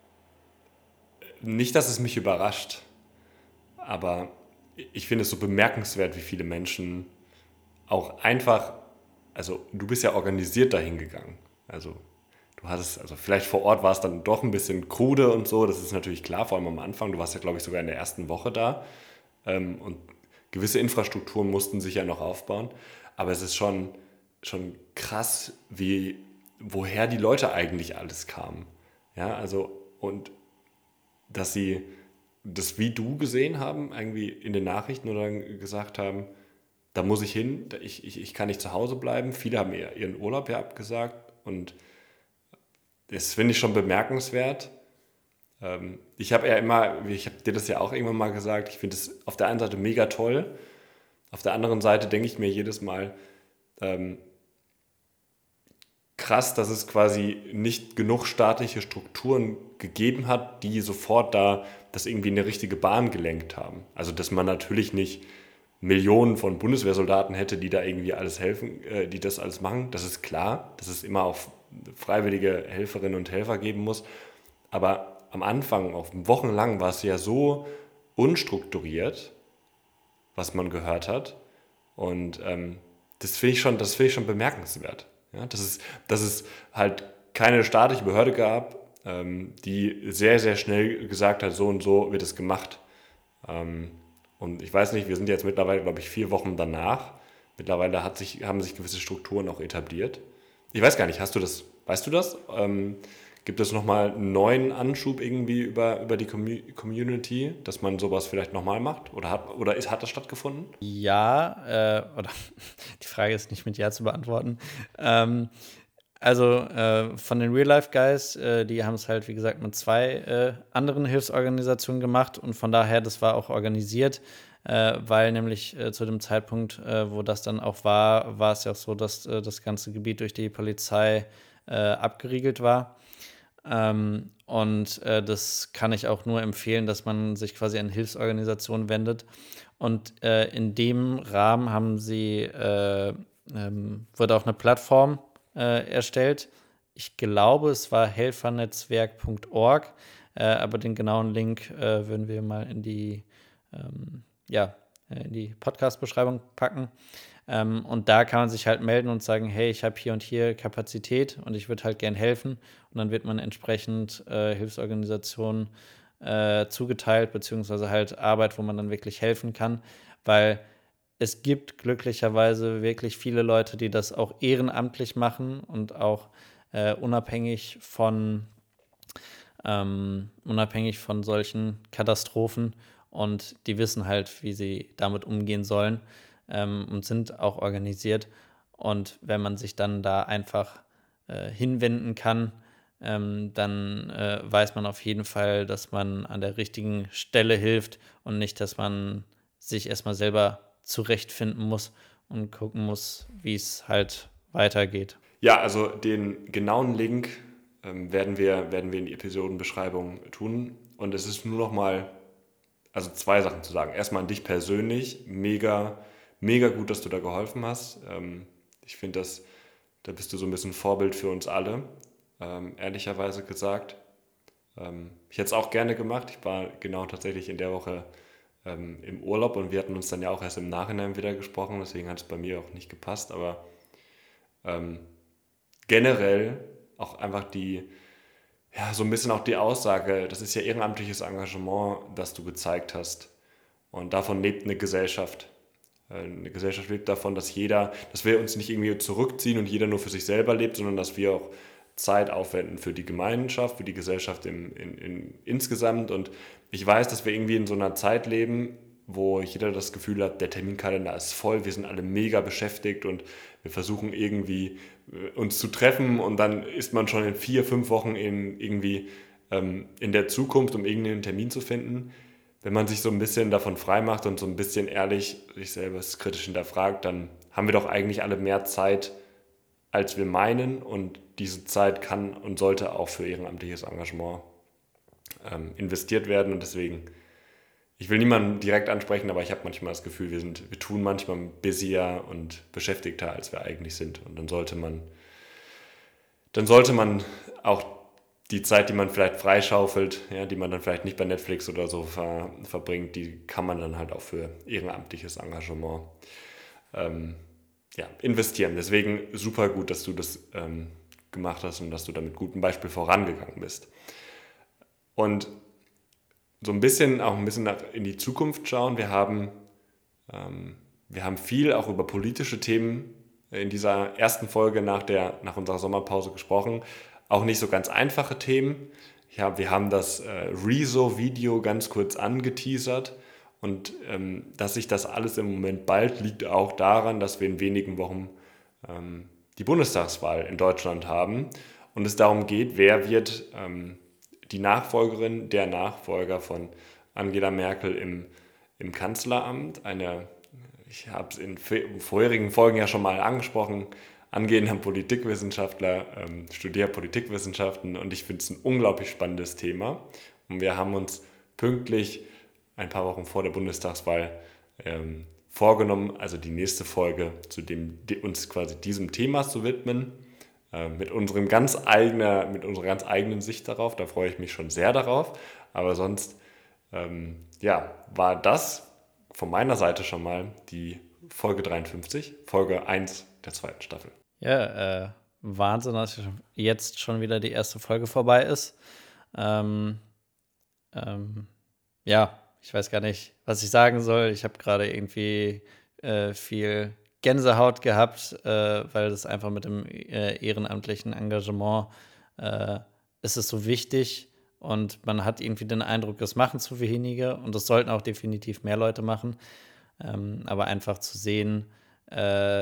nicht, dass es mich überrascht, aber ich finde es so bemerkenswert, wie viele Menschen auch einfach, also du bist ja organisiert dahin gegangen. Also du hattest, also vielleicht vor Ort war es dann doch ein bisschen krude und so, das ist natürlich klar, vor allem am Anfang. Du warst ja, glaube ich, sogar in der ersten Woche da. Ähm, und gewisse Infrastrukturen mussten sich ja noch aufbauen. Aber es ist schon, schon krass, wie, woher die Leute eigentlich alles kamen. Ja, also, und dass sie das wie du gesehen haben, irgendwie in den Nachrichten oder gesagt haben, da muss ich hin, ich, ich, ich kann nicht zu Hause bleiben. Viele haben ihren Urlaub ja abgesagt und das finde ich schon bemerkenswert. Ähm, ich habe ja immer, ich habe dir das ja auch irgendwann mal gesagt, ich finde es auf der einen Seite mega toll, auf der anderen Seite denke ich mir jedes Mal, ähm, krass, dass es quasi nicht genug staatliche Strukturen gegeben hat, die sofort da das irgendwie in eine richtige Bahn gelenkt haben. Also dass man natürlich nicht Millionen von Bundeswehrsoldaten hätte, die da irgendwie alles helfen, äh, die das alles machen. Das ist klar, dass es immer auch freiwillige Helferinnen und Helfer geben muss. Aber am Anfang, auch wochenlang, war es ja so unstrukturiert, was man gehört hat. Und ähm, das finde ich schon, das finde ich schon bemerkenswert. Ja, dass es, dass es halt keine staatliche Behörde gab, ähm, die sehr, sehr schnell gesagt hat, so und so wird es gemacht. Ähm, und ich weiß nicht, wir sind jetzt mittlerweile, glaube ich, vier Wochen danach. Mittlerweile hat sich, haben sich gewisse Strukturen auch etabliert. Ich weiß gar nicht, hast du das, weißt du das? Ähm, gibt es nochmal einen neuen Anschub irgendwie über, über die Commu- Community, dass man sowas vielleicht nochmal macht? Oder hat, oder ist, hat das stattgefunden? Ja, äh, oder die Frage ist nicht mit Ja zu beantworten. Ähm, Also äh, von den Real-Life-Guys, äh, die haben es halt, wie gesagt, mit zwei äh, anderen Hilfsorganisationen gemacht und von daher, das war auch organisiert, äh, weil nämlich äh, zu dem Zeitpunkt, äh, wo das dann auch war, war es ja auch so, dass äh, das ganze Gebiet durch die Polizei äh, abgeriegelt war. Ähm, und äh, das kann ich auch nur empfehlen, dass man sich quasi an Hilfsorganisationen wendet. Und äh, in dem Rahmen haben sie, äh, ähm, wurde auch eine Plattform äh, erstellt. Ich glaube, es war helfernetzwerk punkt org, äh, aber den genauen Link äh, würden wir mal in die, ähm, ja, äh, in die Podcast-Beschreibung packen. Ähm, und da kann man sich halt melden und sagen, hey, ich habe hier und hier Kapazität und ich würde halt gern helfen. Und dann wird man entsprechend äh, Hilfsorganisationen äh, zugeteilt, beziehungsweise halt Arbeit, wo man dann wirklich helfen kann, weil es gibt glücklicherweise wirklich viele Leute, die das auch ehrenamtlich machen und auch äh, unabhängig von ähm, unabhängig von solchen Katastrophen und die wissen halt, wie sie damit umgehen sollen ähm, und sind auch organisiert. Und wenn man sich dann da einfach äh, hinwenden kann, ähm, dann äh, weiß man auf jeden Fall, dass man an der richtigen Stelle hilft und nicht, dass man sich erstmal selber zurechtfinden muss und gucken muss, wie es halt weitergeht. Ja, also den genauen Link ähm, werden wir, werden wir in die Episodenbeschreibung tun. Und es ist nur noch mal, also zwei Sachen zu sagen. Erstmal an dich persönlich, mega, mega gut, dass du da geholfen hast. Ähm, ich finde, das, da bist du so ein bisschen Vorbild für uns alle, ähm, ehrlicherweise gesagt. Ähm, ich hätte es auch gerne gemacht. Ich war genau tatsächlich in der Woche ähm, im Urlaub und wir hatten uns dann ja auch erst im Nachhinein wieder gesprochen, deswegen hat es bei mir auch nicht gepasst, aber ähm, generell auch einfach die, ja, so ein bisschen auch die Aussage, das ist ja ehrenamtliches Engagement, das du gezeigt hast. Und davon lebt eine Gesellschaft. Äh, Eine Gesellschaft lebt davon, dass jeder, dass wir uns nicht irgendwie zurückziehen und jeder nur für sich selber lebt, sondern dass wir auch Zeit aufwenden für die Gemeinschaft, für die Gesellschaft im, in, in, insgesamt. Und ich weiß, dass wir irgendwie in so einer Zeit leben, wo jeder das Gefühl hat, der Terminkalender ist voll, wir sind alle mega beschäftigt und wir versuchen irgendwie äh, uns zu treffen und dann ist man schon in vier, fünf Wochen in, irgendwie ähm, in der Zukunft, um irgendeinen Termin zu finden. Wenn man sich so ein bisschen davon frei macht und so ein bisschen ehrlich sich selber kritisch hinterfragt, dann haben wir doch eigentlich alle mehr Zeit, als wir meinen. Und diese Zeit kann und sollte auch für ehrenamtliches Engagement ähm, investiert werden. Und deswegen, ich will niemanden direkt ansprechen, aber ich habe manchmal das Gefühl, wir, sind, wir tun manchmal busier und beschäftigter, als wir eigentlich sind. Und dann sollte man, dann sollte man auch die Zeit, die man vielleicht freischaufelt, ja, die man dann vielleicht nicht bei Netflix oder so ver, verbringt, die kann man dann halt auch für ehrenamtliches Engagement ähm, ja, investieren. Deswegen super gut, dass du das ähm, gemacht hast und dass du da mit gutem Beispiel vorangegangen bist. Und so ein bisschen auch ein bisschen nach, in die Zukunft schauen. Wir haben, ähm, wir haben viel auch über politische Themen in dieser ersten Folge nach, der, nach unserer Sommerpause gesprochen. Auch nicht so ganz einfache Themen. Ja, wir haben das äh, Rezo-Video ganz kurz angeteasert. Und ähm, dass sich das alles im Moment bald liegt auch daran, dass wir in wenigen Wochen ähm, die Bundestagswahl in Deutschland haben und es darum geht, wer wird ähm, die Nachfolgerin, der Nachfolger von Angela Merkel im, im Kanzleramt. Eine, ich habe es in vorherigen Folgen ja schon mal angesprochen, angehender Politikwissenschaftler, ähm, studiere Politikwissenschaften und ich finde es ein unglaublich spannendes Thema. Und wir haben uns pünktlich ein paar Wochen vor der Bundestagswahl ähm, vorgenommen, also die nächste Folge zu dem, die, uns quasi diesem Thema zu widmen, äh, mit unserem ganz eigener, mit unserer ganz eigenen Sicht darauf. Da freue ich mich schon sehr darauf. Aber sonst, ähm, ja, war das von meiner Seite schon mal die Folge dreiundfünfzig, Folge eins der zweiten Staffel. Ja, äh, Wahnsinn, dass jetzt schon wieder die erste Folge vorbei ist. Ähm, ähm, ja, ich weiß gar nicht, was ich sagen soll. Ich habe gerade irgendwie äh, viel Gänsehaut gehabt, äh, weil das einfach mit dem äh, ehrenamtlichen Engagement äh, ist es so wichtig und man hat irgendwie den Eindruck, das machen zu wenige und das sollten auch definitiv mehr Leute machen. Ähm, aber einfach zu sehen, äh,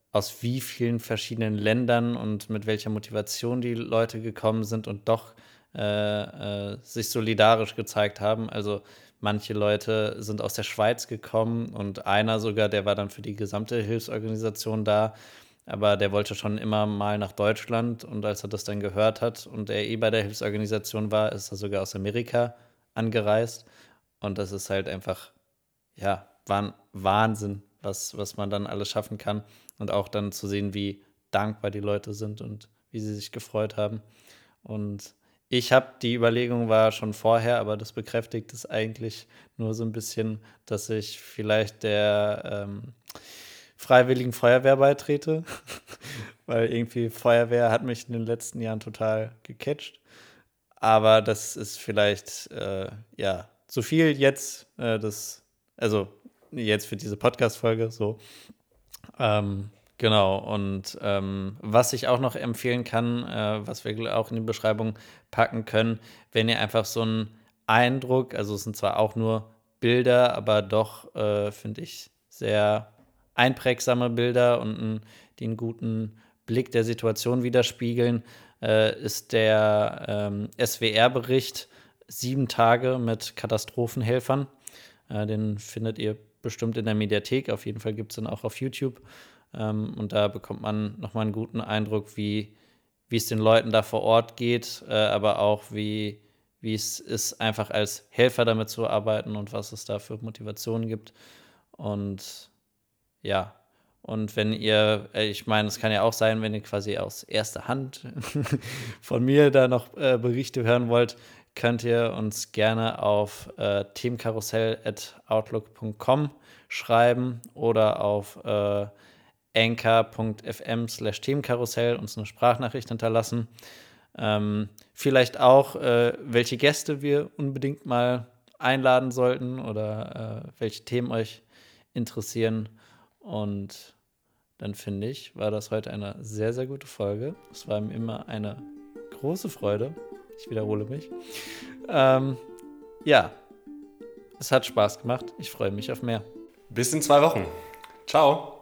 aus wie vielen verschiedenen Ländern und mit welcher Motivation die Leute gekommen sind und doch äh, äh, sich solidarisch gezeigt haben. Also manche Leute sind aus der Schweiz gekommen und einer sogar, der war dann für die gesamte Hilfsorganisation da, aber der wollte schon immer mal nach Deutschland und als er das dann gehört hat und er eh bei der Hilfsorganisation war, ist er sogar aus Amerika angereist und das ist halt einfach, ja, Wahn- Wahnsinn, was, was man dann alles schaffen kann und auch dann zu sehen, wie dankbar die Leute sind und wie sie sich gefreut haben. Und ich habe, die Überlegung war schon vorher, aber das bekräftigt es eigentlich nur so ein bisschen, dass ich vielleicht der ähm, Freiwilligen Feuerwehr beitrete, weil irgendwie Feuerwehr hat mich in den letzten Jahren total gecatcht. Aber das ist vielleicht, äh, ja, zu viel jetzt, äh, das, also jetzt für diese Podcast-Folge so. Ähm, genau, und ähm, was ich auch noch empfehlen kann, äh, was wir auch in die Beschreibung packen können, wenn ihr einfach so einen Eindruck, also es sind zwar auch nur Bilder, aber doch, äh, finde ich, sehr einprägsame Bilder und einen, die einen guten Blick der Situation widerspiegeln, äh, ist der ähm, S W R-Bericht Sieben Tage mit Katastrophenhelfern. Äh, den findet ihr bestimmt in der Mediathek. Auf jeden Fall gibt es den auch auf YouTube. Ähm, und da bekommt man nochmal einen guten Eindruck, wie, wie es den Leuten da vor Ort geht, äh, aber auch wie, wie es ist, einfach als Helfer damit zu arbeiten und was es da für Motivationen gibt. Und ja, und wenn ihr, äh, ich meine, es kann ja auch sein, wenn ihr quasi aus erster Hand von mir da noch äh, Berichte hören wollt, könnt ihr uns gerne auf äh, themenkarussell at outlook punkt com schreiben oder auf äh, anchor.fm slash Themenkarussell uns eine Sprachnachricht hinterlassen. Ähm, vielleicht auch, äh, welche Gäste wir unbedingt mal einladen sollten oder äh, welche Themen euch interessieren. Und dann finde ich, war das heute eine sehr, sehr gute Folge. Es war mir immer eine große Freude. Ich wiederhole mich. Ähm, ja, es hat Spaß gemacht. Ich freue mich auf mehr. Bis in zwei Wochen. Ciao.